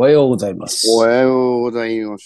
はようございます。 おはようございます。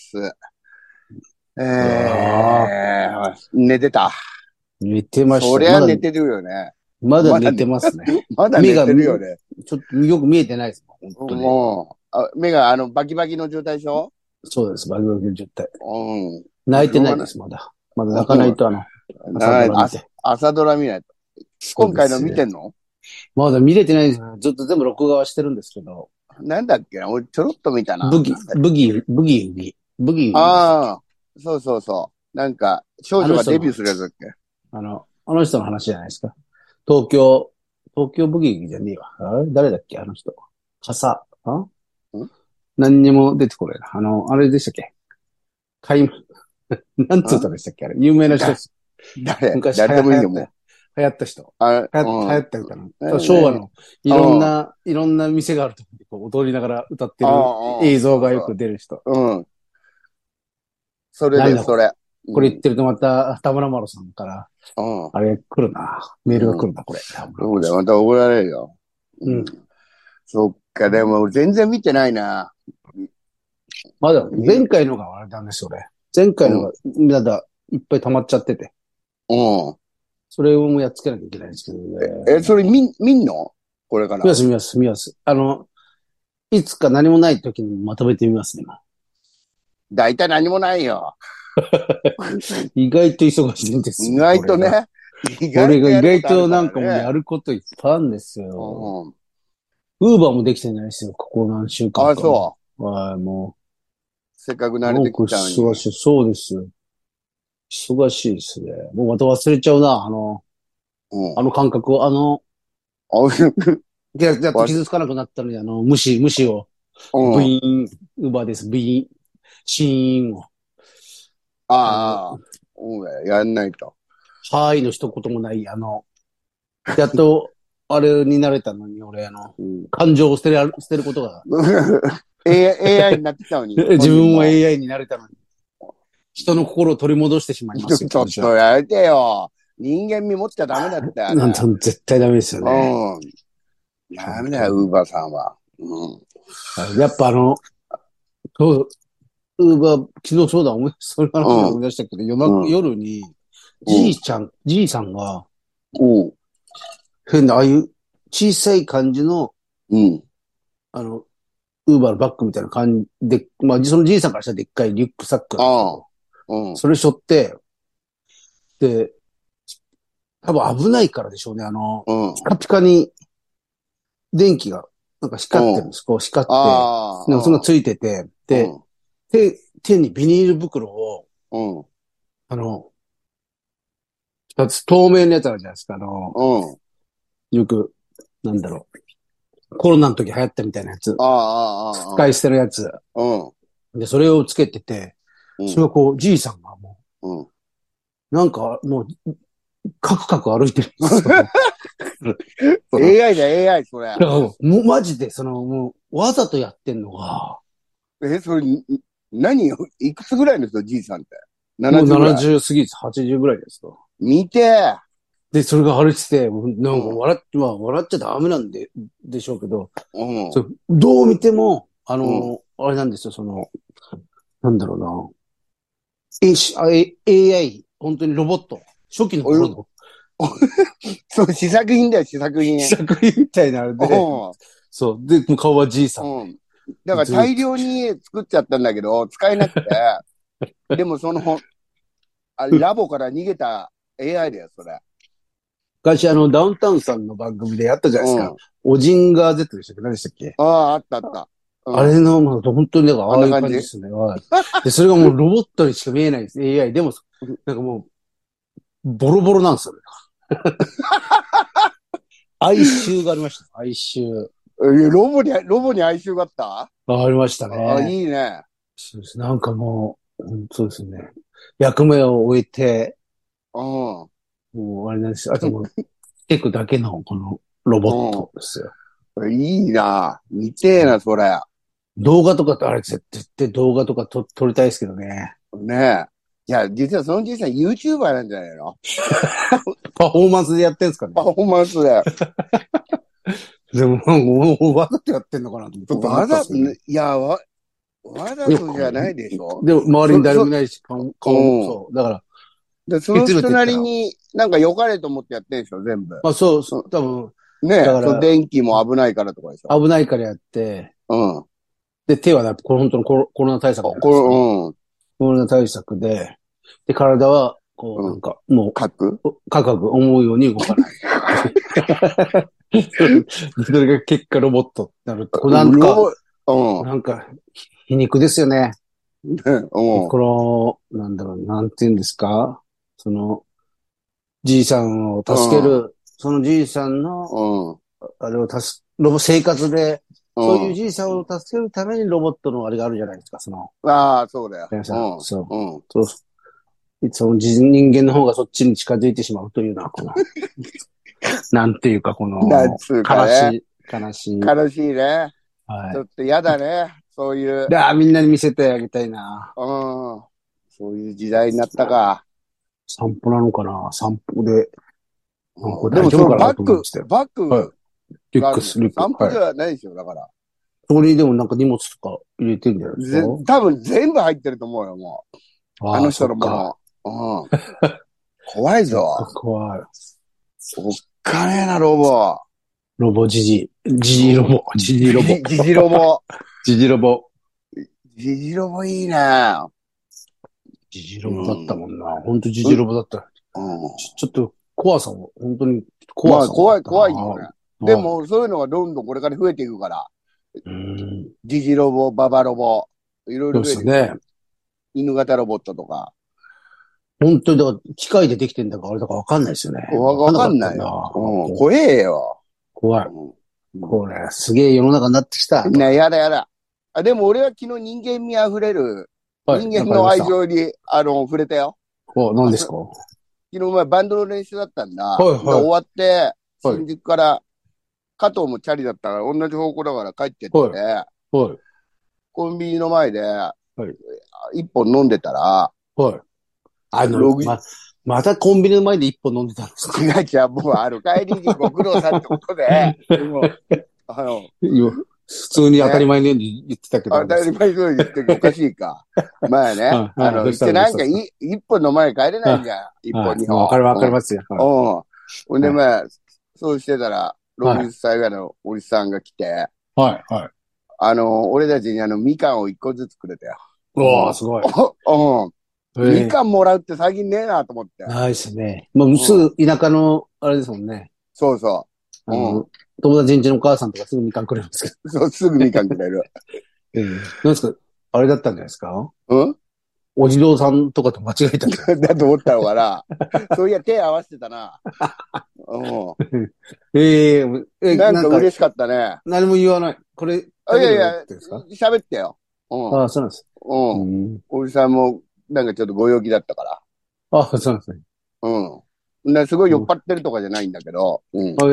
寝てた。 寝てました。 そりゃ寝てるよね。 まだ寝てますね。 まだ寝てるよね。 ちょっとよく見えてないです。本当に。 もう、目がバキバキの状態でしょ？ そうです。バキバキの状態。 うん。 泣いてないです、まだ。まだ泣かないと朝ドラ見ないと。今回の見てんの？ まだ見れてないです。ずっと全部録画はしてるんですけど。 なんだっけな、俺ちょろっと見たな。 ブギー。 ああ、そうそうそう。なんか、少女がデビューするやつだっけ？ あの人の話じゃないですか。東京ブギーじゃねえわ。あれ誰だっけあの人。何にも出てこないな。あれでしたっけなんつうたでしたっけあれ。有名な人です。昔誰でもいいよ、もう。 流行った人。流行った歌の。 昭昭和のいろんな店があるところで踊りながら歌ってる映像がよく出る人。 うん。それで、それ。 これ言ってるとまた、田村麻呂さんから、あれ来るな。メールが来るな、これ。 そうだよ、また怒られるよ。そっか、でも全然見てないな。 まだ、前回のがあれなんですよね。前回のが、まだいっぱい溜まっちゃってて。それをもうやっつけなきゃいけないんですけどね。 それ見んの？これから。 見ます。いつか何もない時にまとめてみますね。 大体何もないよ。 意外と忙しいんですよ。 意外とね。 意外となんかもうやることいっぱいあるんですよ。ウーバーもできてないですよ、ここ何週間か。 あ、そう。 はい、もう。 せっかく慣れてきたのに。 忙しい。そうです。忙しいですね。もうまた忘れちゃうな、感覚を、やっと傷つかなくなったのに、無視を、ブイーン、ウーバーです、ブイーン、シーンを。 やんないと。 はーいの一言もない、やっと、あれになれたのに、俺、感情を捨てることが。 AI になってきたのに。 自分は AI になれたのに。人の心を取り戻してしまいますよ。 ちょっとやめてよ。人間味持っちゃダメだって。 絶対ダメですよね。 ダメだよ、ウーバーさんは。 やっぱウーバー、昨日そうだ、それ話思い出したけど、夜に、じいさんが、変な、ああいう小さい感じの、ウーバーのバッグみたいな感じで、まあ、そのじいさんからしたらでっかいリュックサックそれ背負って、で、多分危ないからでしょうね。ピカピカに電気がなんか光ってるんです。こう光って、なんかそんなついてて、で、手にビニール袋を、二つ透明のやつあるじゃないですか。よく、なんだろう。コロナの時流行ったみたいなやつ。使い捨てのやつ。で、それをつけてて、それをこう、じいさんがもう、なんかもう、カクカク歩いてるんですよ。 AI だ、AI、それ。 もうマジで、もう、わざとやってんのが。 それ、いくつぐらいの人、じいさんって。 もう70過ぎ、80ぐらいですか。 見て。 で、それが歩いてて、なんか笑っちゃダメなんでしょうけど、どう見ても、あれなんですよ、なんだろうな。AI、本当にロボット。初期の頃の。 そう、試作品だよ、試作品。 試作品みたいなので、そう。で、顔はじいさん。 だから大量に作っちゃったんだけど、使えなくて。でもラボから逃げた AI だよ、それ。 昔ダウンタウンさんの番組でやったじゃないですか。オジンガー Z でしたっけ？何でしたっけ？ あった。 あれの、本当になんかああいう感じですね。で、それがもうロボットにしか見えないです。AI。でも、なんかもう、ボロボロなんですよ。哀愁がありました。哀愁。 ロボに哀愁があった？ ありましたね。 いいね。 そうです。なんかもう、そうですね。役目を終えて、もうあれなんですよ。あともう、テクだけのこのロボットですよ。 いいな。見てえな、それ。 動画とかってあれ絶対動画とか撮りたいですけどね。 ねえ。いや、実はそのじいさん YouTuber なんじゃないの？ パフォーマンスでやってんすかね。 パフォーマンスで。 でも、わざとやってんのかなと思って。 いや、 わざとじゃないでしょ。 でも、周りに誰もいないし、顔もそう。だから、 で、その人なりになんか良かれと思ってやってんでしょ、全部。 まあそう、多分。 ねえ、だから電気も危ないからとかでしょ。 危ないからやって、 うん。 で、手はこれ本当のコロナ対策なんですよ。うん。コロナ対策で、で、体は、こう、なんか、もう、 覚悟思うように動かない。それが結果ロボットになるって。これなんか、なんか、皮肉ですよね。この、なんだろう、なんて言うんですか？その、じいさんを助ける、そのじいさんの、あれを生活で、そういうじいさんを助けるためにロボットのあれがあるじゃないですか、 ああ、そうだよ。 そう。その人間の方がそっちに近づいてしまうというのは、なんていうか、悲しい。 悲しいね。 はい。 ちょっと嫌だね。そういう。 みんなに見せてあげたいな。 そういう時代になったか。 散歩なのかな？散歩で。 でもそのバッグリュックス。 散歩じゃないですよ、だから。 そこにでもなんか荷物とか入れてんじゃないですか？多分全部入ってると思うよ、もう。あの人のもの。怖いぞ。 怖い。 おっかねえな、ロボ。 ロボジジイロボ。 ジジロボ。ジジロボ。 ジジロボ。 ジジロボいいな。 ジジロボだったもんな。ほんとジジロボだった。ちょっと怖さも、本当に怖さ。まあ怖いよね。でも、そういうのがどんどんこれから増えていくから。ジジロボ、ババロボ、いろいろ増えていく。ね。犬型ロボットとか。 本当に、だから機械でできてんだかあれだかわかんないですよね。 わかんないよ。怖えよ。 怖い。これ、すげえ世の中になってきた。 ね、やだ。でも俺は昨日人間味あふれる、人間の愛情に、触れたよ。 何ですか？ 昨日バンドの練習だったんだ。終わって、新宿から、加藤もチャリだったから同じ方向だから帰ってって、コンビニの前で、一本飲んでたら、 またコンビニの前で一本飲んでたんですか？ 違う、もう帰りにご苦労さんってことで、 普通に当たり前のように言ってたけど。 当たり前のように言ってるけどおかしいか。まあね。なんか一本飲まない帰れないじゃん。一本二本。 わかりますよ。 ほんでまあ、そうしてたら、60歳ぐらいのおじさんが来て、俺たちにみかんを一個ずつくれたよ。 すごい。 みかんもらうって最近ねえなと思って。 ないですね。もうすぐ田舎の、あれですもんね。 そうそう。 友達ん家のお母さんとかすぐみかんくれるんですけど。そう、すぐみかんくれる。 何ですか？あれだったんじゃないですか？お地蔵さんとかと間違えただと思ったのかな。そういや、手合わせてたな。なんか嬉しかったね。 何も言わない。これ、 いや、喋ってよ。 ああ、そうなんです。 おじさんも、なんかちょっとご陽気だったから。 ああ、そうなんですね。 すごい酔っ払ってるとかじゃないんだけど。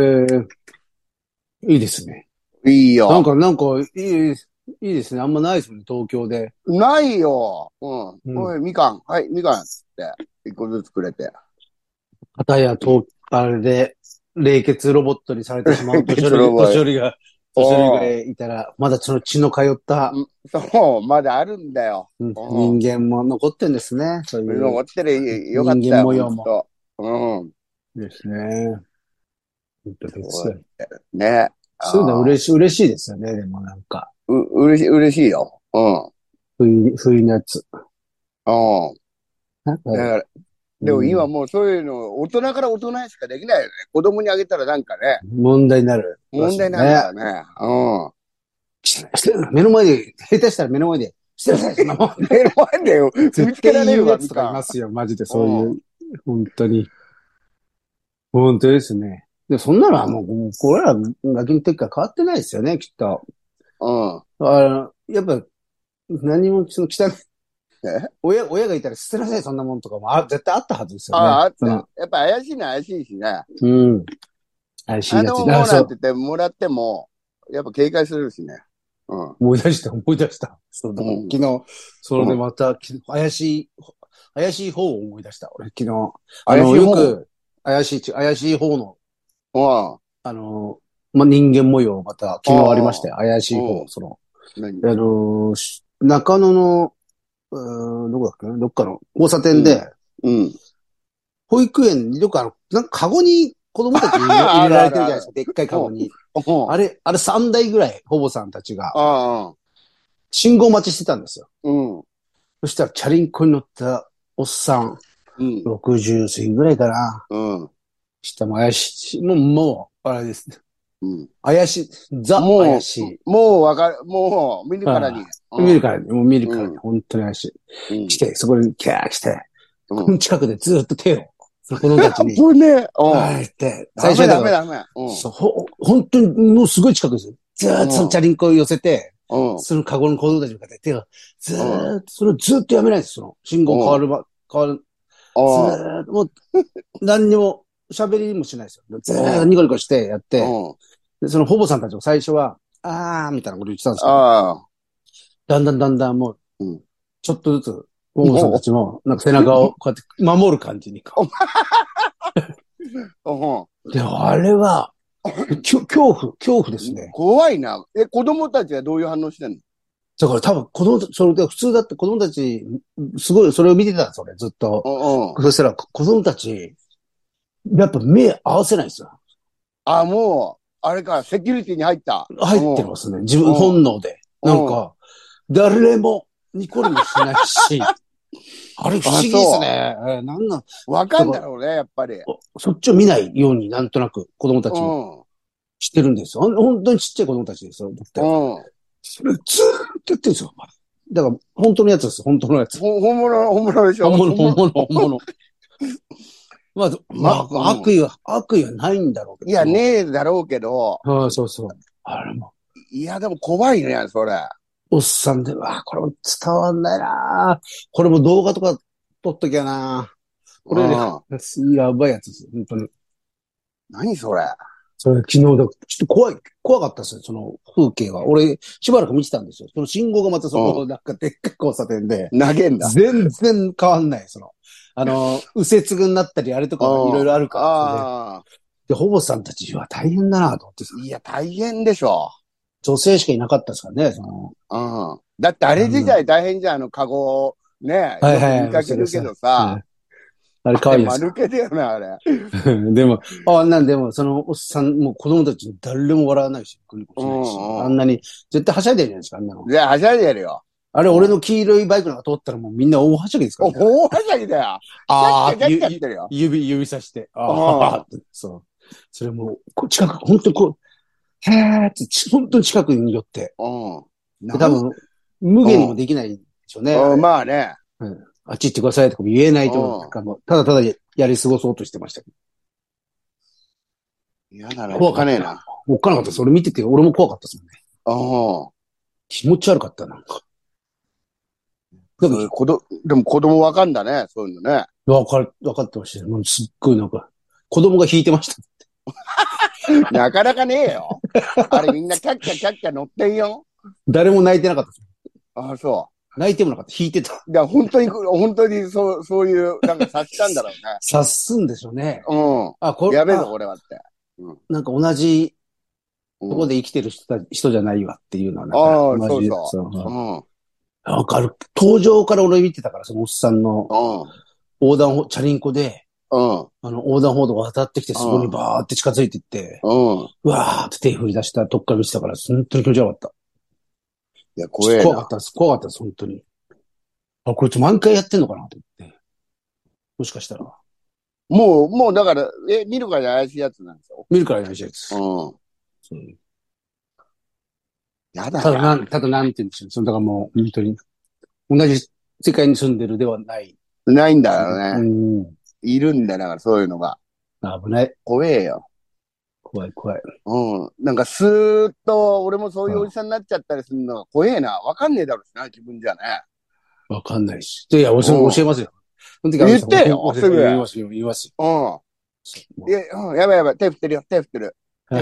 いいですね。 いいよ。 なんか、いいですね。あんまないですもんね、東京で。 ないよ。おい、みかん。はい、みかん。って、一個ずつくれて。 片や、あれで、冷血ロボットにされてしまう年寄りがいたら、まだその血の通った。 そう、まだあるんだよ。 人間も残ってんですね。そういう。 残ってる、よかったよ。人間模様も。 ですね。本当です。 ね。 そういうの嬉しいですよね、でもなんか。 嬉しいよ。 不意のやつ。 だから、でも今もうそういうの、大人から大人しかできないよね。子供にあげたらなんかね。 問題になる。 問題なんだよね。 目の前で、下手したら目の前で、してください、そんなもん。 目の前でよ。見つけられるやつとかいますよ、マジで、そういう。本当に。本当ですね。で、そんなのはもう、これらガキの時から変わってないですよね、きっと。やっぱ、何も、その汚い。親がいたら捨てなさい、そんなもんとかも、絶対あったはずですよね。 あった。やっぱ怪しいのは怪しいしね。 怪しいやつ。 もうなんて言ってもらっても、やっぱ警戒するしね。 思い出した。そうだ、昨日、それでまた、怪しい方を思い出した。俺、昨日。よく、怪しい方の、人間模様また、昨日ありましたよ。怪しい方、 中野の、どこだっけなどっかの交差点で、保育園にどっかなんかカゴに子供たち入れられてるじゃないですか。でっかいカゴに。あれ3台ぐらい、ほぼさんたちが、信号待ちしてたんですよ。そしたらチャリンコに乗ったおっさん、60過ぎぐらいかな。下も怪しい。もう、あれですね。怪しい。怪しい。 もう、見るからに。 見るからに、本当に怪しい。来て、そこにキャー来て、この近くでずっと手を、子供たちに。はいって。 最初ダメ。 本当にもうすごい近くですよ。ずーっとそのチャリンコを寄せて、そのカゴの子供たちに向かって手が、ずっとやめないんです。その信号変わる。ずーっと、もう、何にも喋りもしないですよ。ずーっとニコニコしてやって、でそのほぼさんたちも最初は、みたいなこと言ってたんですけど、だんだんもう、ちょっとずつ、ほぼさんたちも、なんか背中をこうやって守る感じに。で、あれは、恐怖ですね。 怖いな。子供たちはどういう反応してんの？ だから多分それで普通だって子供たち、すごいそれを見てたんですよ、俺、ずっと。そしたら子供たち、やっぱ目合わせないんですよ。 もう、あれか、セキュリティに入った。 入ってますね。自分本能で。なんか、誰もニコリもしないし、あれ不思議ですね。なんなんわかんだろうね、やっぱり。 そっちを見ないようになんとなく子供たちもしてるんですよ。本当にちっちゃい子供たちですよ。それずーっとやってるんですよ。だから、本当のやつです。本当のやつ。 本物でしょ。 本物。まあ、悪意はないんだろうけど。 いや、ねえだろうけど。 そう。あれも。 いや、でも怖いね、それ。 おっさんで、これも伝わんないなこれも動画とか撮っときゃなこれやばいやつですよ、本当に。 何それ。 それ昨日ちょっと怖かったですよ、その風景は。俺、しばらく見てたんですよ。その信号がまたそこ、なんかでっかい交差点で。 投げんだ。 全然変わんない、右折になったり、あれとかいろいろあるから、で、ほぼさんたちは大変だなと思ってさ。 いや、大変でしょ。 女性しかいなかったですからね、 だってあれ自体大変じゃん、カゴをね、よく見かけるけどさ。 あれ可愛いです。 間抜けだよね、あれ。 でも、でも、そのおっさん、もう子供たち誰も笑わないし、クリコしないし、あんなに、絶対はしゃいでるじゃないですか、あんなの。 いや、はしゃいでるよ。 あれ、俺の黄色いバイクなんか通ったらもうみんな大はしゃぎですからね。 大はしゃぎだよ。 指さして。そう。それも近く、本当にへーって、本当に近くに寄って。多分、無限にもできないでしょうね。 まあね。 あっち行ってくださいとかも言えないと、ただただやり過ごそうとしてましたけど。 嫌ならおっかねえな。 おっかなかった。それ見てて、俺も怖かったですもんね。気持ち悪かった、なんか。 でも子供わかんだね、そういうのね。 わかってましたよ。すっごいなんか、子供が引いてました。 なかなかねえよ。あれみんなキャッキャ乗ってんよ。 誰も泣いてなかったです。 そう。 泣いてもなかった。引いてた。 いや、本当にそういう、なんか察したんだろうね。 察すんでしょうね。 やべえぞ、これはって。 なんか同じ、とこで生きてる人じゃないわっていうのはなんか、そう。わかる。登場から俺見てたから、そのおっさんの、チャリンコで、横断歩道を渡ってきて、そこにバーって近づいていって、うわーって手振り出したとこから見てたから、本当に気持ち悪かった。 いや、 怖かったです、本当に。こいつ毎回やってんのかなと思って。もしかしたら。 もうだから、見るから怪しいやつなんですよ。 見るから怪しいやつ。 やだな。 ただなんて言うんでしょう。だからもう、本当に、同じ世界に住んでるではない。 ないんだよね。いるんだよ、だからそういうのが。 危ない。 怖えよ。 怖い。 なんかスーッと、俺もそういうおじさんになっちゃったりするのが怖えな。わかんねえだろうしな、自分じゃね。 わかんないし。いや、教えますよ。 言ってよ、すぐ。 言いますよ。やばい、手振ってる。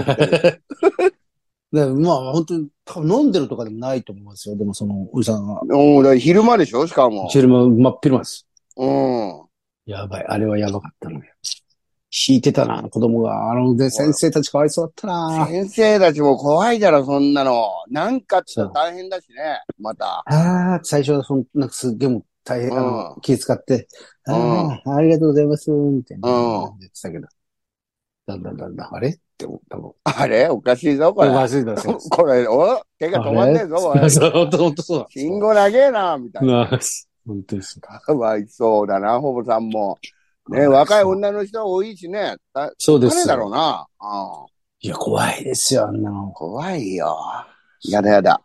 まあ、本当に、多分飲んでるとかでもないと思いますよ。でも、その、おじさんが。 昼間でしょしかも。 昼間、真っ昼間です。やばい。あれはやばかったのよ。 引いてたな、子供が。先生たちかわいそうだったな。 先生たちも怖いだろ、そんなの。なんかあったら大変だしね、また。 最初はなんかすっげえも大変、気遣って、ありがとうございます、みたいな言ってたけど。だんだん、あれって思ったもん。 あれおかしいぞ、これ。 おかしいぞ、 これ、手が止まんねえぞ、おい。 ほんとそうだ。 信号長えな、みたいな。 本当です。 かわいそうだな、ほぼさんも。ね、若い女の人多いしね。 そうです。 誰だろうな。 いや、怖いですよ、あんなの。 怖いよ。やだやだ。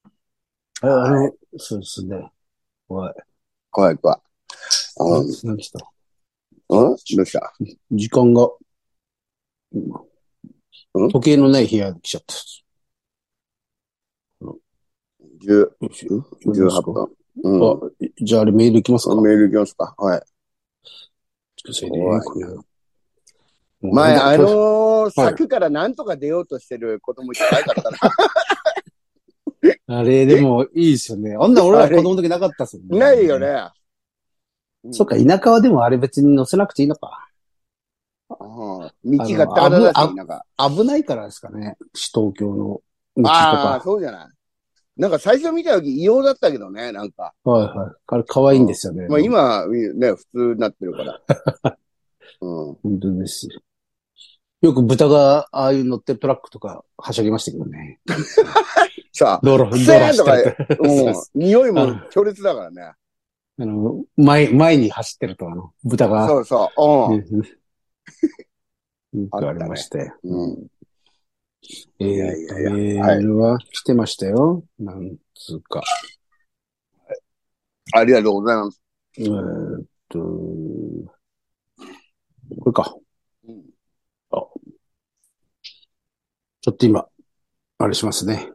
そうですね。怖い。 怖い。 何したどうした時間が、時計のない部屋に来ちゃった。 18分。 じゃああれメール行きますか？ メール行きますか。はい。前、柵からなんとか出ようとしてる子供いっぱいだったな。あれ、でもいいですよね。あんな俺ら子供の時なかったっすもんね。 ないよね。 そっか、田舎はでもあれ別に乗せなくていいのか。 道がガタガタだし、なんか。 危ないからですかね。東京の道とか。 そうじゃない。なんか最初見た時異様だったけどね、なんか。 はい。可愛いんですよね。 まあ今、ね、普通になってるから。 本当です。よく豚がああいう乗ってるトラックとかはしゃぎましたけどね。 さあ、 道路とか、匂いも強烈だからね。 前に走ってると豚が。 そう。 よくありましたよ。メールは来てましたよ。なんつうか。 ありがとうございます。 これか。ちょっと今、あれしますね。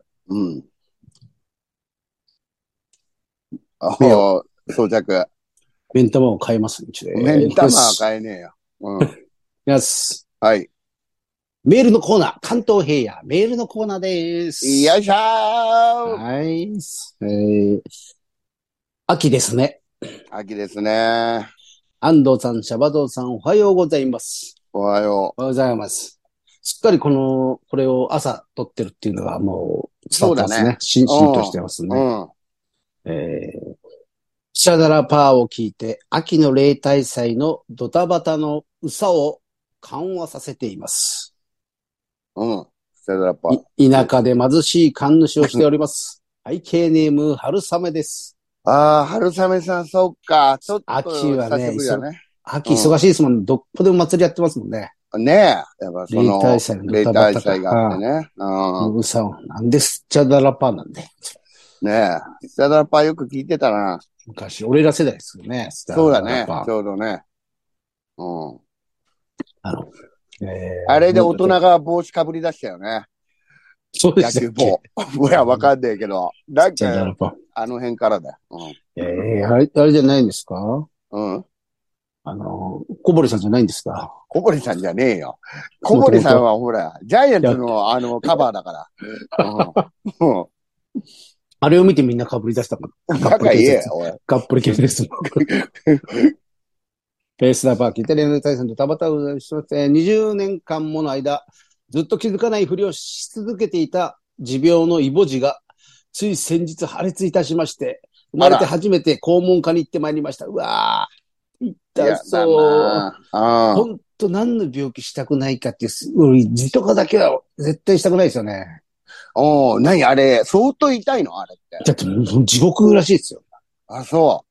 装着。 目ん玉を変えますね。 目ん玉は変えねえよ。 よし。 はい。 メールのコーナー、関東平野、メールのコーナーです。 よいしょー。 はい。秋ですね。 秋ですね。 安藤さん、シャバドウさん、おはようございます。 おはようございます。すっかりこれを朝撮ってるっていうのがもう伝わってますね。しんとしてますね。シャダラパーを聞いて、秋の例大祭のドタバタのうさを緩和させています。 シャダラパー。 田舎で貧しい神主をしております。背景ネーム、春雨です。 春雨さん、そっか。ちょっと秋はね、秋忙しいですもん。どっこでも祭りやってますもんね。 ねえ。やっぱ例大祭のドタバタがあってね。 うさを。なんでスチャダラパーなんで。 ねえ。スチャダラパーよく聞いてたな。 昔、俺ら世代ですよね。 そうだね。ちょうどね。 あれで大人が帽子かぶり出したよね。 そうですね。 野球帽。いや、わかんねえけど。なんか、あの辺からだよ。 あれじゃないんですか？小堀さんじゃないんですか？ 小堀さんじゃねえよ。小堀さんはほら、ジャイアンツのカバーだから。 あれを見てみんなかぶり出したから。 バカ言えよ、おい。 がっぷり系ですもん。スナーパー、イタリアの大戦と田畑をしまして、20年間もの間、ずっと気づかないふりをし続けていた持病のイボ痔が、つい先日破裂いたしまして、生まれて初めて肛門科に行ってまいりました。うわぁ、痛そう。ほんと何の病気したくないかっていう、痔とかだけは絶対したくないですよね。 何あれ、相当痛いのあれって。 だって地獄らしいですよ。 そう。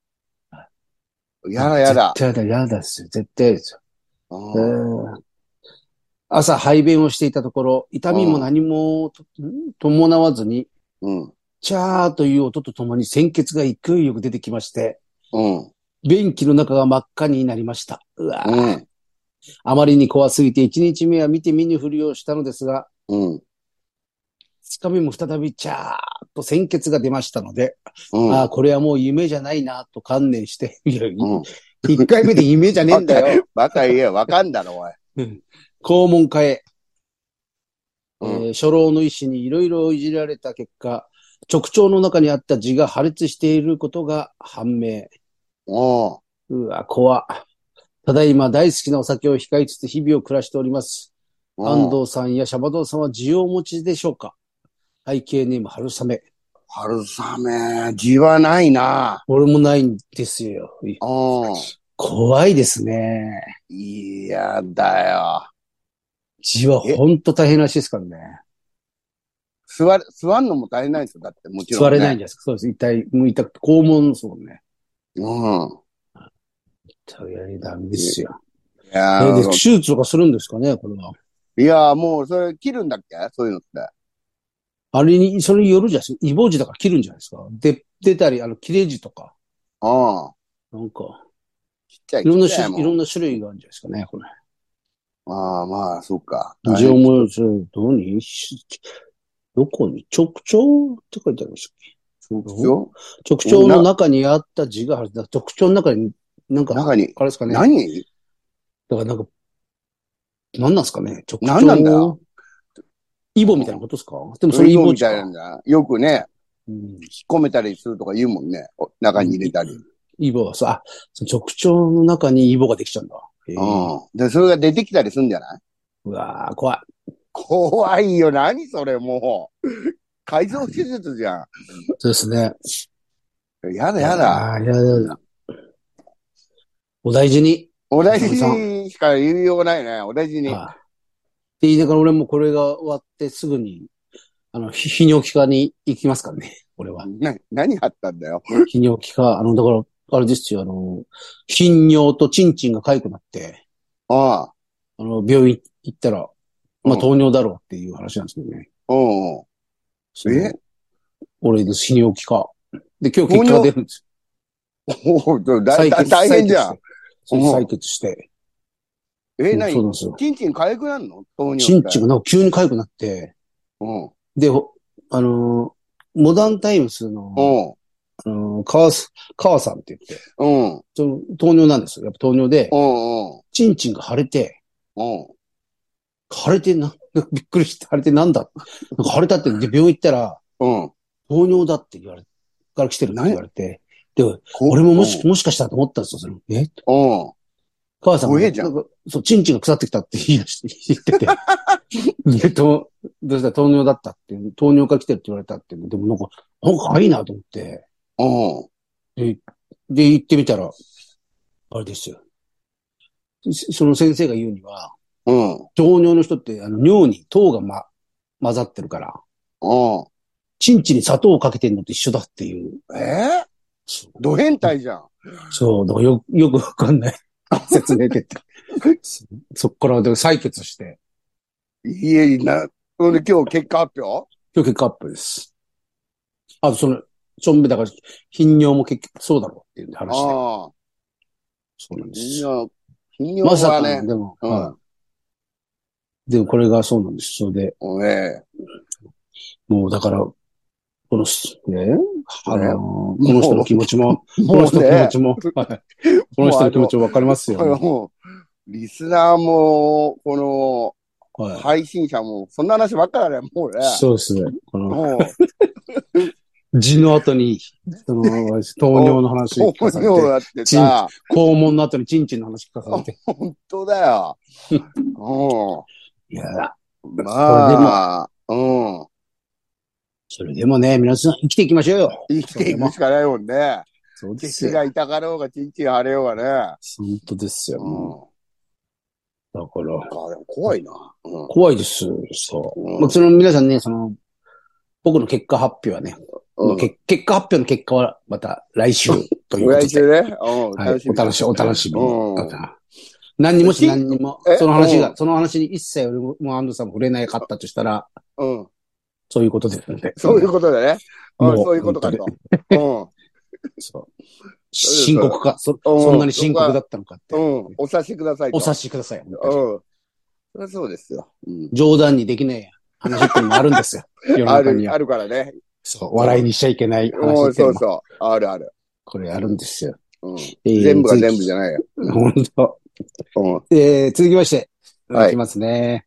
やだ。 やだですよ。絶対ですよ。朝排便をしていたところ、痛みも何も伴わずに、チャーという音とともに鮮血が勢いよく出てきまして、便器の中が真っ赤になりました。うわぁ、あまりに怖すぎて1日目は見て見ぬふりをしたのですが、2日目も再びチャーと鮮血が出ましたので、これはもう夢じゃないなと観念して、1回目で夢じゃねえんだよ。 バカ言え、わかんだろ、おい。 肛門科へ、初老の医師にいろいろいじられた結果、直腸の中にあった痔が破裂していることが判明。うわ、怖っ。 ただいま大好きなお酒を控えつつ日々を暮らしております。安藤さんやシャバドウさんは地をお持ちでしょうか？背景ネーム春雨。 春雨、地はないな。 俺もないんですよ。怖いですね。 いやだよ。 地はほんと大変らしいですからね。 座んのも大変ないですよ。だってもちろん、ね。 座れないんじゃないですか。そうです。痛くて肛門ですもんね。ダメですよ。 いやで、手術とかするんですかね、これは。 いやもう、それ切るんだっけそういうのって。 あれに、それによるじゃないですか。イボ痔だから切るんじゃないですか。で、出たり、切れ痔とか。なんか、いろんな種類があるんじゃないですかね、これ。 まあ、そうか。 地をもどこに直腸って書いてありましたっけ？直腸の中にあった字が、直腸の中に、あれですかね。 何だから何なんですかね。 直腸。何なんだよ。 イボみたいなことですか？でもそれイボみたいなんだ。よくね、引っ込めたりするとか言うもんね。中に入れたり。 イボは、直腸の中にイボができちゃうんだ。 で、それが出てきたりするんじゃない？ うわー、怖い。 怖いよ。何それ、もう。改造手術じゃん。 そうですね。 やだ。 やだ。お大事に。 お大事にしか言いようがないね。お大事に。 って言いながら俺もこれが終わってすぐに、泌尿器科に行きますからね、俺は。 何あったんだよ。 泌尿器科、だから、あれですよ、頻尿とチンチンが痒くなって、病院行ったら、糖尿だろうっていう話なんですけどね。俺です、泌尿器科。で、今日結果が出るんですよ。大変じゃん。 採血して。 何そうなんですよ。チンチン痒くなるの？糖尿チンチンが急に痒くなって、で、モダンタイムスの、川さんって言って、糖尿なんですよ。やっぱ糖尿で、チンチンが腫れて、腫れてびっくりして、腫れてなんだ腫れたって、で、病院行ったら、糖尿だって言われて、から来てるって言われて、で、俺ももしかしたらと思ったんですよ、それ。母さんが、チンチンが腐ってきたって言ってて、どうしたら糖尿だったって、糖尿から来てるって言われたって、でもなんかいいなと思って、で、行ってみたら、あれですよ。その先生が言うには、糖尿の人って、尿に糖が混ざってるから、チンチンに砂糖をかけてんのと一緒だっていう。 ド変態じゃん。 そう、だからよくわかんない説明受けて。そっから採血して。 今日結果発表？ 今日結果発表ですしょんべだから、頻尿も結局そうだろうっていう話で。そうなんですよ。 頻尿はね。 でも、でもこれがそうなんです。それで。もうだから、この人の気持ちも、この人の気持ちも、この人の気持ちもわかりますよ。 リスナーも、この、配信者も、そんな話ばっかだね、もうね。 そうですね。痔の後に、糖尿の話聞かされて、肛門の後にチンチンの話聞かされて。 本当だよ。 いや、まあ、それでもね、皆さん生きていきましょうよ。 生きていくしかないもんね。そうですよ。血が痛かろうが、チンチン腫れようがね。 本当ですよ。だから。 怖いな。 怖いです。そう。その皆さんね、僕の結果発表はね、結果発表の結果はまた来週ということで。 来週ね。 お楽しみに。何にも、その話に一切俺も安藤さんも触れなかったとしたら、そういうことですので。 そういうことだね。そういうことかと。 深刻か、そんなに深刻だったのかって。 お察しください。 お察しください。 そうですよ。 冗談にできない話ってのもあるんですよ。世の中には。 あるからね。 そう、笑いにしちゃいけない話ってのも。 そう。ある。 これあるんですよ。 全部が全部じゃないよ。 本当。続きまして。いきますね。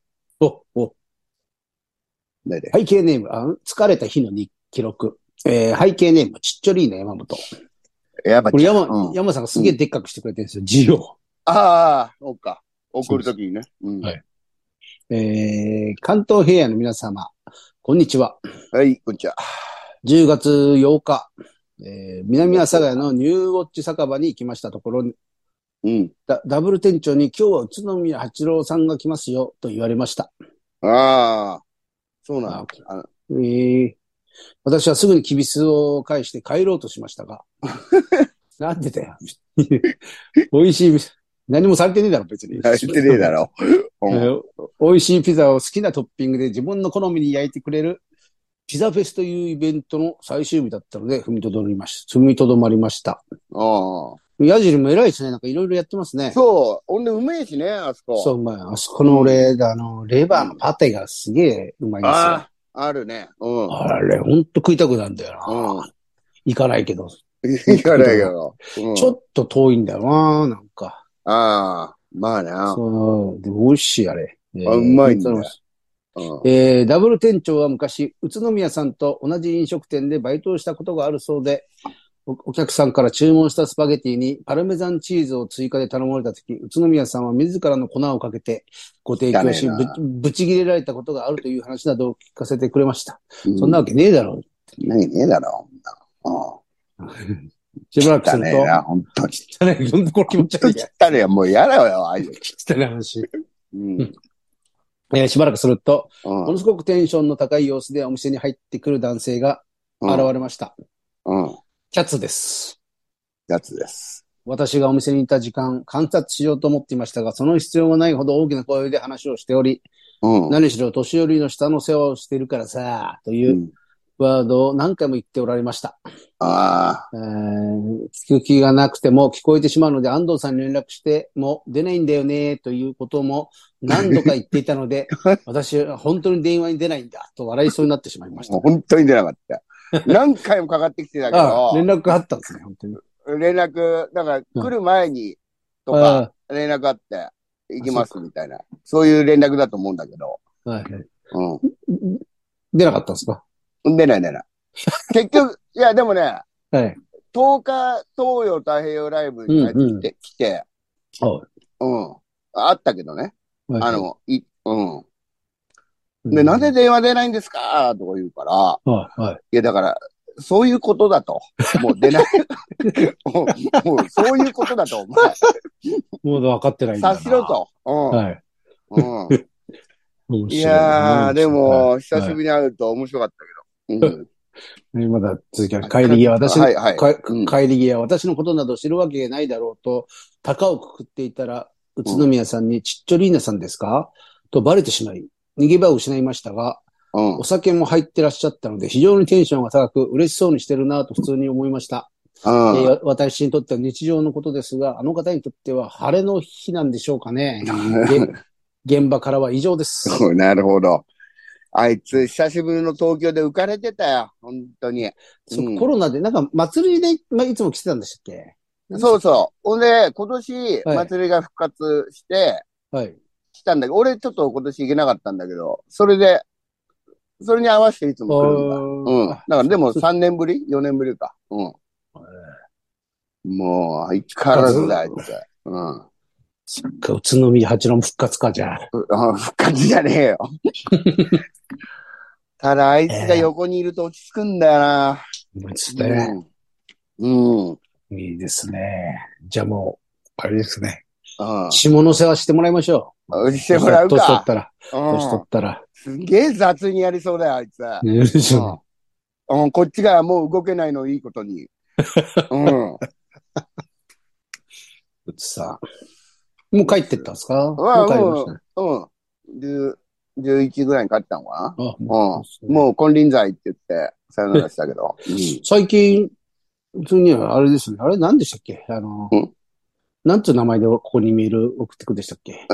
背景ネーム、疲れた日の記録。背景ネーム、ちっちょりーな山本。これ山さんがすげえでっかくしてくれてるんですよ、字を。 ああ、そうか。送るときにね。 はい。関東平野の皆様、こんにちは。 はい、こんにちは。 10月8日、南阿佐ヶ谷のニューウォッチ酒場に行きましたところ、ダブル店長に今日は宇都宮八郎さんが来ますよと言われました。 ああ、そうなんだ。 私はすぐにキビスを返して帰ろうとしましたが。なんでだよ。美味しい、何もされてねえだろ、別に。 されてねえだろ。 美味しいピザを好きなトッピングで自分の好みに焼いてくれるピザフェスというイベントの最終日だったので踏みとどまりました。矢尻も偉いですね。なんかいろいろやってますね。 そう。ほんでうめえしね、あそこ。 そう、うまい。あそこの俺、レバーのパテがすげえうまいんですよ。 あるね。 あれ、ほんと食いたくなるんだよな。行かないけど。 行かないけど。 ちょっと遠いんだよな、なんか。 まあな。 そう、で美味しい、あれ。 うまいんだよ。 ダブル店長は昔、宇都宮さんと同じ飲食店でバイトをしたことがあるそうで、お客さんから注文したスパゲティにパルメザンチーズを追加で頼まれたとき、宇都宮さんは自らの粉をかけてご提供し、ぶち切れられたことがあるという話などを聞かせてくれました。そんなわけねえだろ。 ねえだろ。 しばらくすると。 汚ねえな、本当に。 汚ねえ、ほんとこれ気持ち悪い。 汚ねえ、もう嫌だよ、ああいう。 汚ねえ話。しばらくすると、ものすごくテンションの高い様子でお店に入ってくる男性が現れました。キャッツです。 キャッツです。 私がお店にいた時間、観察しようと思っていましたが、その必要がないほど大きな声で話をしており、何しろ年寄りの下の世話をしているからさ、というワードを何回も言っておられました。聞く気がなくても聞こえてしまうので、安藤さんに連絡しても出ないんだよね、ということも何度か言っていたので、私は本当に電話に出ないんだ、と笑いそうになってしまいました。 本当に出なかった。何回もかかってきてたけど。 連絡があったんですね、本当に。 連絡、だから来る前にとか連絡あって行きますみたいな。そういう連絡だと思うんだけど。 出なかったんですか？ 出ない。結局、いやでもね、 10 日東洋太平洋ライブに帰ってきて、あったけどね。で、なぜ電話出ないんですかとか言うから、いや、だから、そういうことだと。もう出ない。もうそういうことだと、お前。 もう分かってないんだな。 察しろと。いやー、でも、久しぶりに会うと面白かったけど。 まだ続きは、帰り際、帰り際、私のことなど知るわけないだろうと、高をくくっていたら、宇都宮さんに、ちっちょリーナさんですかとバレてしまい、逃げ場を失いましたが、お酒も入ってらっしゃったので、非常にテンションが高く、嬉しそうにしてるなと普通に思いました。私にとっては日常のことですが、あの方にとっては晴れの日なんでしょうかね。現場からは以上です。 なるほど。あいつ、久しぶりの東京で浮かれてたよ。本当に。 コロナで、なんか祭りで、いつも来てたんでしたっけ？ そうそう。ほんで、今年、祭りが復活して、来たんだけど、俺ちょっと今年行けなかったんだけど、それに合わせていつも来るんだ。だからでも3年ぶり ?4 年ぶりか。もう、相変わらずだ、あいつ。 そっか、宇都宮八郎復活か、じゃあ。復活じゃねえよ。ただ、あいつが横にいると落ち着くんだよな。 ですね。いいですね。じゃあもう、あれですね。下世話してもらいましょう。してもらうか。 年取ったら。 すげえ雑にやりそうだよ、あいつ。こっちがもう動けないのいいことに。 うつさん。もう帰ってったんですか？もう帰りましたね。11ぐらいに帰ったのかな。もう金輪際って言って、さよならしたけど。 最近、普通にはあれですね。あれ何でしたっけ？なんつう名前でここにメール送ってくるんでしたっけ？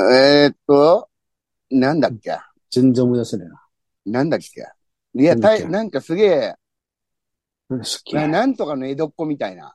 なんだっけ？ 全然思い出せないな。 なんだっけ？いや、なんかすげえ、なんとかの江戸っ子みたいな。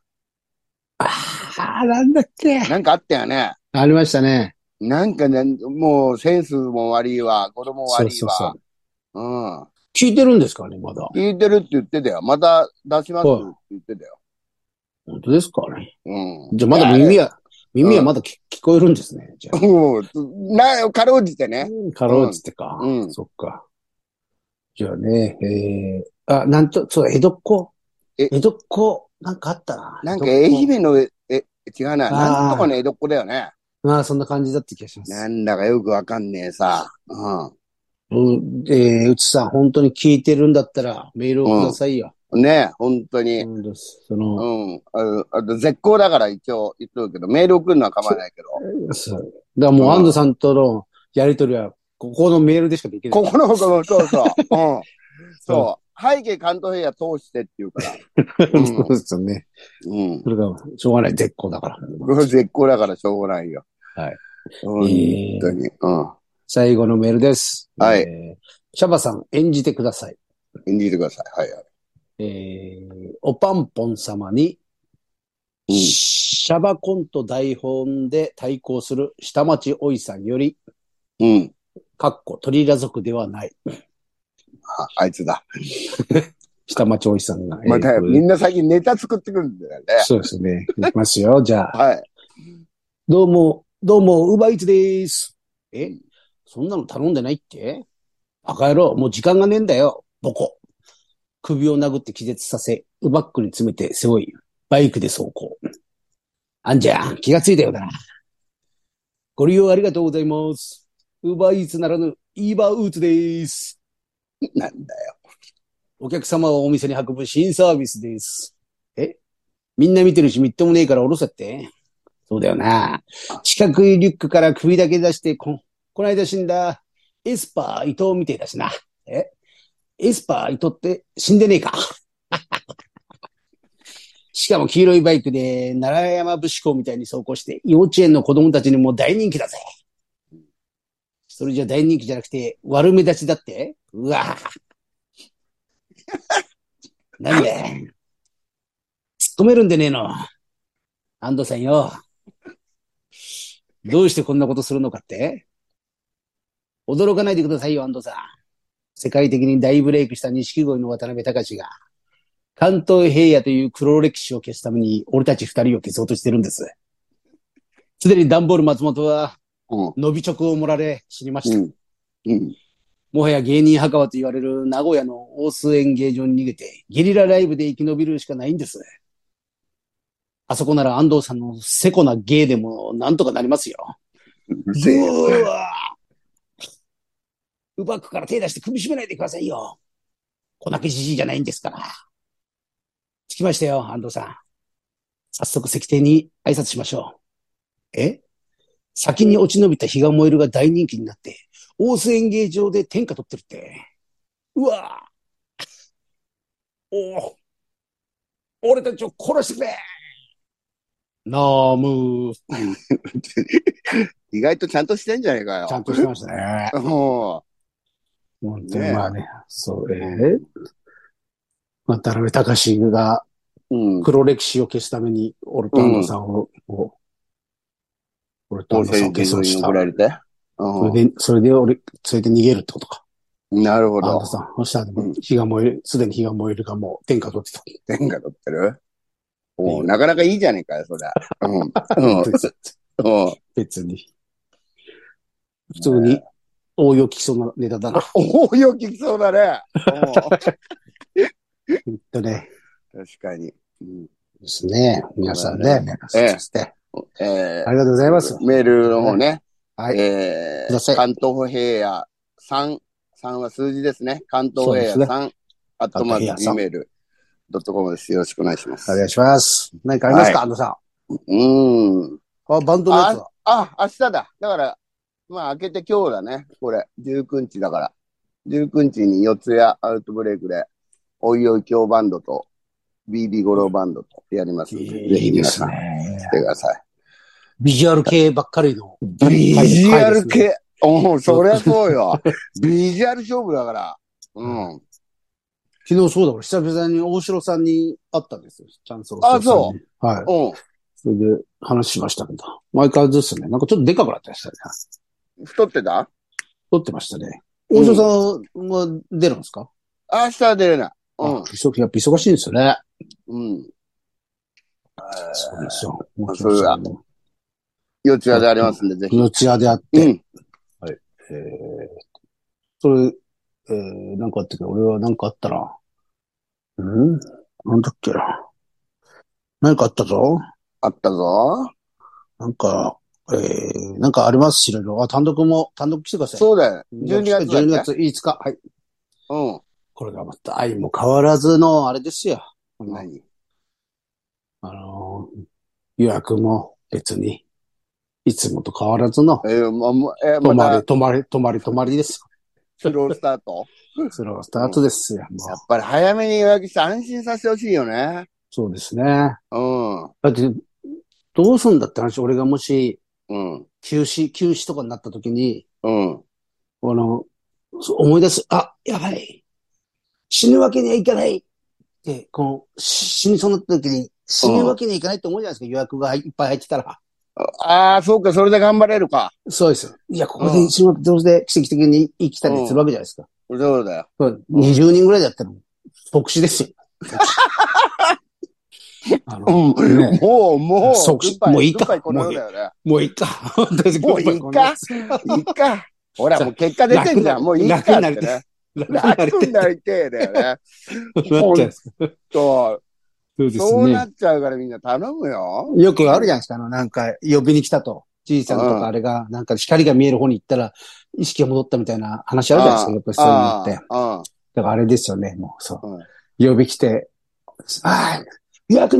なんだっけ？ なんかあったよね。 ありましたね。 なんかね、もうセンスも悪いわ、子供悪いわ。 聞いてるんですかね、まだ。 聞いてるって言ってたよ。また出しますって言ってたよ。 本当ですかね。じゃあまだ耳は耳はまだ聞こえるんですね。じゃあ。かろうじてね。 かろうじてか。そっか。じゃあね、そう、江戸っ子。江戸っ子、なんかあったな。 なんか愛媛の、違うな。なんとかの江戸っ子だよね。 まあ、そんな感じだって気がします。 なんだかよくわかんねえさ。 うちさん、本当に聞いてるんだったら、メールをくださいよ。 ね本当に。あと絶好だから一応言っとるけど、メール送るのは構わないけど。 そう。だからもう、安藤さんとのやりとりは、ここのメールでしかできない。 ここの、そうそう。そう。背景関東平野通してって言うから。 そうですよね。それが、しょうがない。絶好だから。 絶好だからしょうがないよ。 はい。 本当に。 最後のメールです。 はい。 シャバさん、演じてください。 演じてください。はい。 おパンポン様に、シャバコント台本で対抗する下町おいさんより、トリラ族ではない。 あいつだ。 下町おいさんが。 また、みんな最近ネタ作ってくるんだよね。 そうですね。いきますよ、じゃあ。 はい。 どうも、ウーバーイーツでーす。そんなの頼んでないって？バカ野郎、もう時間がねえんだよ、ボコ。首を殴って気絶させ、バッグに詰めて背負い、バイクで走行。あんじゃん、気がついたようだな。ご利用ありがとうございます。ウーバーイーツならぬ、イーバーウーツでーす。 なんだよ。 お客様をお店に運ぶ新サービスです。みんな見てるしみっともねえから下ろせって。そうだよな。四角いリュックから首だけ出して、この間死んだエスパー伊藤みてえだしな。エスパー伊藤って死んでねえか。しかも黄色いバイクで奈良山武士校みたいに走行して幼稚園の子供たちにも大人気だぜ。それじゃ大人気じゃなくて悪目立ちだって？うわなんだよ。突っ込めるんでねえの。安藤さんよ。どうしてこんなことするのかって？驚かないでくださいよ、安藤さん。世界的に大ブレイクした錦鯉の渡辺隆が、関東平野という黒歴史を消すために、俺たち二人を消そうとしてるんです。すでにダンボール松本は、伸び直を盛られ死にました。もはや芸人墓場と言われる名古屋の大須演芸場に逃げて、ゲリラライブで生き延びるしかないんです。あそこなら安藤さんのセコな芸でもなんとかなりますよ。ウバックから手出して首絞めないでくださいよ。小泣きじじいじゃないんですから。着きましたよ、安藤さん。早速石庭に挨拶しましょう。先に落ち延びた日が燃えるが大人気になって、大須演芸場で天下取ってるって。うわ俺たちを殺してくれなーむー。 意外とちゃんとしてんじゃねえかよ。 ちゃんとしてましたね。本当にまあね、そう渡辺隆が黒歴史を消すために、俺と安藤さんを、俺と安藤さんを消そうした。それで逃げるってことか。 なるほど。 安藤さん、そしたら火が燃える、すでに火が燃えるがもう天下取ってた。 天下取ってるなかなかいいじゃねえかよ、そりゃ。 別に。普通に応用聞きそうなネタだな。 応用聞きそうだね。 ね。 確かに。 ですね。皆さんね。ありがとうございます。 メールの方ね。 はい。 関東平野3は数字ですね。関東平野3、@gmail.com です。よろしくお願いします。 お願いします。何かありますか、安藤さん。バンドのやつは明日だ。だから、まあ、明けて今日だね。これ、19日だから。19日に四谷アウトブレイクで、おいおい京バンドと、BB ゴローバンドとやりますので、ぜひ皆さん、来てください。 ビジュアル系ばっかりの。 ビジュアル系そりゃそうよ。ビジュアル勝負だから。 昨日そうだ、俺久々に大城さんに会ったんですよ。チャンスを。 そう。 はい。それで話しましたけど。毎回ずつね、なんかちょっとでかくなってましたね。 太ってた？ 太ってましたね。大城さんは出るんですか？ 明日は出れない。 忙しいんですよね。 そうですよ。 それは。 四谷でありますんで、ぜひ。 四谷であって。うん。はい。それ、なんかあったっけ？俺はなんかあったな。なんだっけな。何かあったぞ。 あったぞ。 なんか、なんかありますし、いろいろ。単独来てください。 そうだよ。12月だっけ？ 12月5日。はい。 うん。 これがまた、相も変わらずの、あれですよ。 何？ 予約も別に、いつもと変わらずの、泊まりです。 スロースタート？ スロースタートですよ。やっぱり早めに予約して安心させてほしいよね。 そうですね。だって、どうすんだって話、俺がもし、休止とかになった時に、思い出す、やばい。死ぬわけにはいかない。で、死にそうになった時に、死ぬわけにはいかないって思うじゃないですか、予約がいっぱい入ってたら。 そうか、それで頑張れるか。 そうですよ。いや、ここで死ぬどうして奇跡的に生きたりするわけじゃないですか。 そうだよ。 20人ぐらいだったら、即死ですよ。 もう、 即死。もういいか。 もういいか。 もういいか。いいか。ほら、もう結果出てんじゃん。もういいかってね。楽になりてえだよね。ほんと。そうなっちゃうからみんな頼むよ。 よくあるじゃないですか。なんか、呼びに来たと。じいさんとかあれが、なんか光が見える方に行ったら、意識が戻ったみたいな話あるじゃないですか。やっぱりそういうのって。だからあれですよね、もう、そう。呼び来て、予約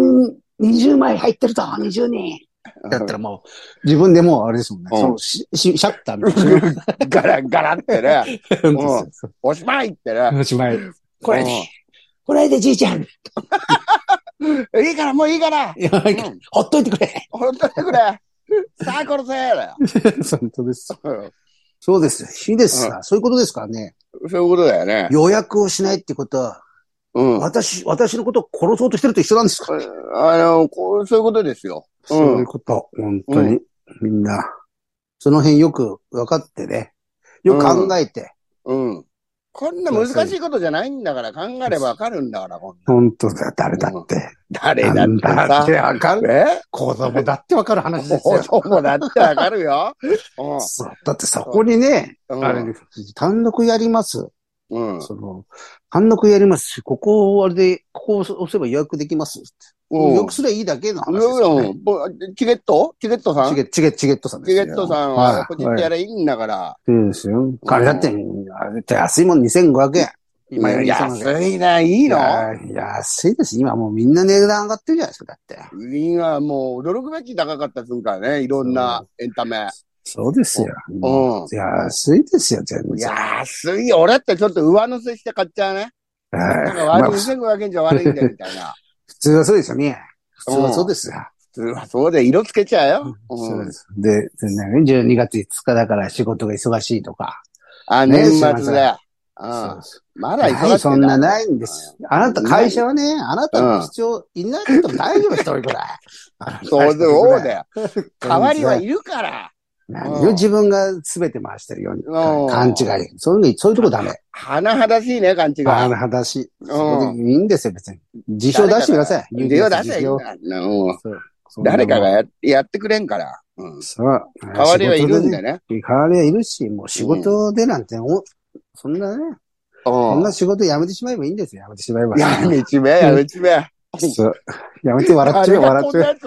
20枚入ってると、20人。だったらもう、自分でもうあれですもんね。そのシャッターみたいな。 ガラってね。おしまいってね。 おしまい。これでじいちゃん。 いいから、もういいから。 ほっといてくれ。 ほっといてくれ。さあ、殺せだよ。 本当です。そうです。いいです。そういうことですからね。 そういうことだよね。 予約をしないってことは、私のことを殺そうとしてると一緒なんですか？ そういうことですよ。 そういうこと。本当に。みんな。その辺よく分かってね。よく考えて。 こんな難しいことじゃないんだから、考えればわかるんだから、 本当だ、誰だって。 誰だってさ。 だってわかる。子供だってわかる話ですよ。 子供だってわかるよ。 だってそこにね、単独やります。単独やりますし、ここ押せば予約できます。予約すればいいだけの話ですよね。 チゲットさんチゲットさんですよ。 チゲットさんは、こっちってやればいいんだから。 そうですよ。金だって、安いもん2500円。 今より安いな、いいの？ 安いです。今もうみんな値段上がってるじゃないですか、だって。 今もう驚くべき高かったですからね、いろんなエンタメ。 そうですよ。安いですよ、全然。 安いよ。俺ってちょっと上乗せして買っちゃうね。なんか悪い、2500円じゃ悪いんだよ、みたいな。 普通はそうですよね。普通はそうですよ。 普通はそうで、色つけちゃうよ。 そうです。で、12月5日だから仕事が忙しいとか。 年末だ。まだ忙しい。 そんなないんです。あなた、会社はね、あなたの必要いなくても大丈夫、一人ぐらい。 そうだよ。代わりはいるから。 自分が全て回してるように。勘違い。そういうとこダメ。 甚だしいね、勘違い。 甚だしい。いいんですよ、別に。自称出してください。 自称出せいいんだ。誰かがやってくれんから。 そう。 代わりはいるんだね。 代わりはいるし、もう仕事でなんて、そんなね。そんな仕事やめてしまえばいいんですよ。やめてしまえば。 やめちめえ。 そう。やめて笑っちゃう、笑っちゃう。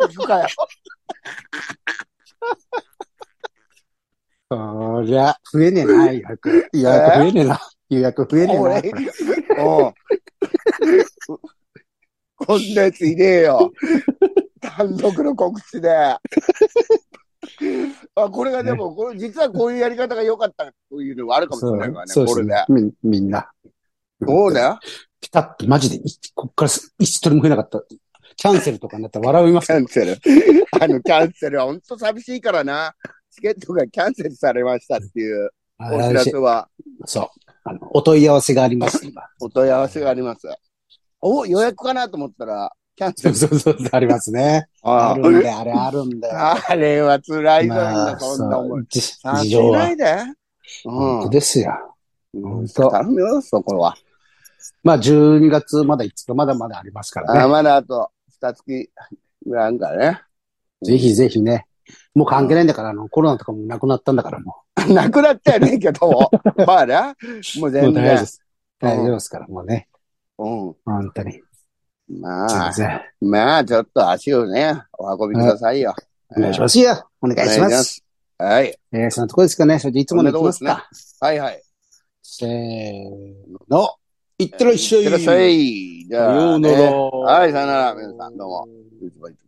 そりゃ、増えねえな、予約増えねえな。予約増えねえな。 こんなやついねえよ。単独の告知で。これがでも、実はこういうやり方が良かったというのはあるかもしれないからね、これで。 みんな。 そうだよ。 ピタッと、マジで、こっから一人も増えなかった。キャンセルとかになったら笑います。 キャンセル。キャンセルは本当寂しいからな。チケットがキャンセルされましたっていうお知らせは。 そう。お問い合わせがあります、今。 お問い合わせがあります。予約かなと思ったら、キャンセル。 そう、ありますね。あるんだよ、あれあるんだよ。 あれは辛いぞ、みんな、そんな思い。 事情は。本当ですよ。 本当。頼むよ、そこは。 まあ、12月まだ5日、まだまだありますからね。 まだあと2月ぐらいあるからね。 ぜひぜひね。 もう関係ないんだから、コロナとかもなくなったんだから、もう。なくなったよね、けど。まあね。もう全然。 もう大丈夫です。大丈夫ですから、もうね。 うん。 本当に。 まあ、まあ、ちょっと足をね、お運びくださいよ。 お願いしますよ。お願いします。 はい。 そのとこですかね。それでいつものいきますか。 はいはい。 せーの。いってらっしゃい。 いってらっしゃい。じゃあ、 さようなら。 はい、さよなら。皆さん、どうも。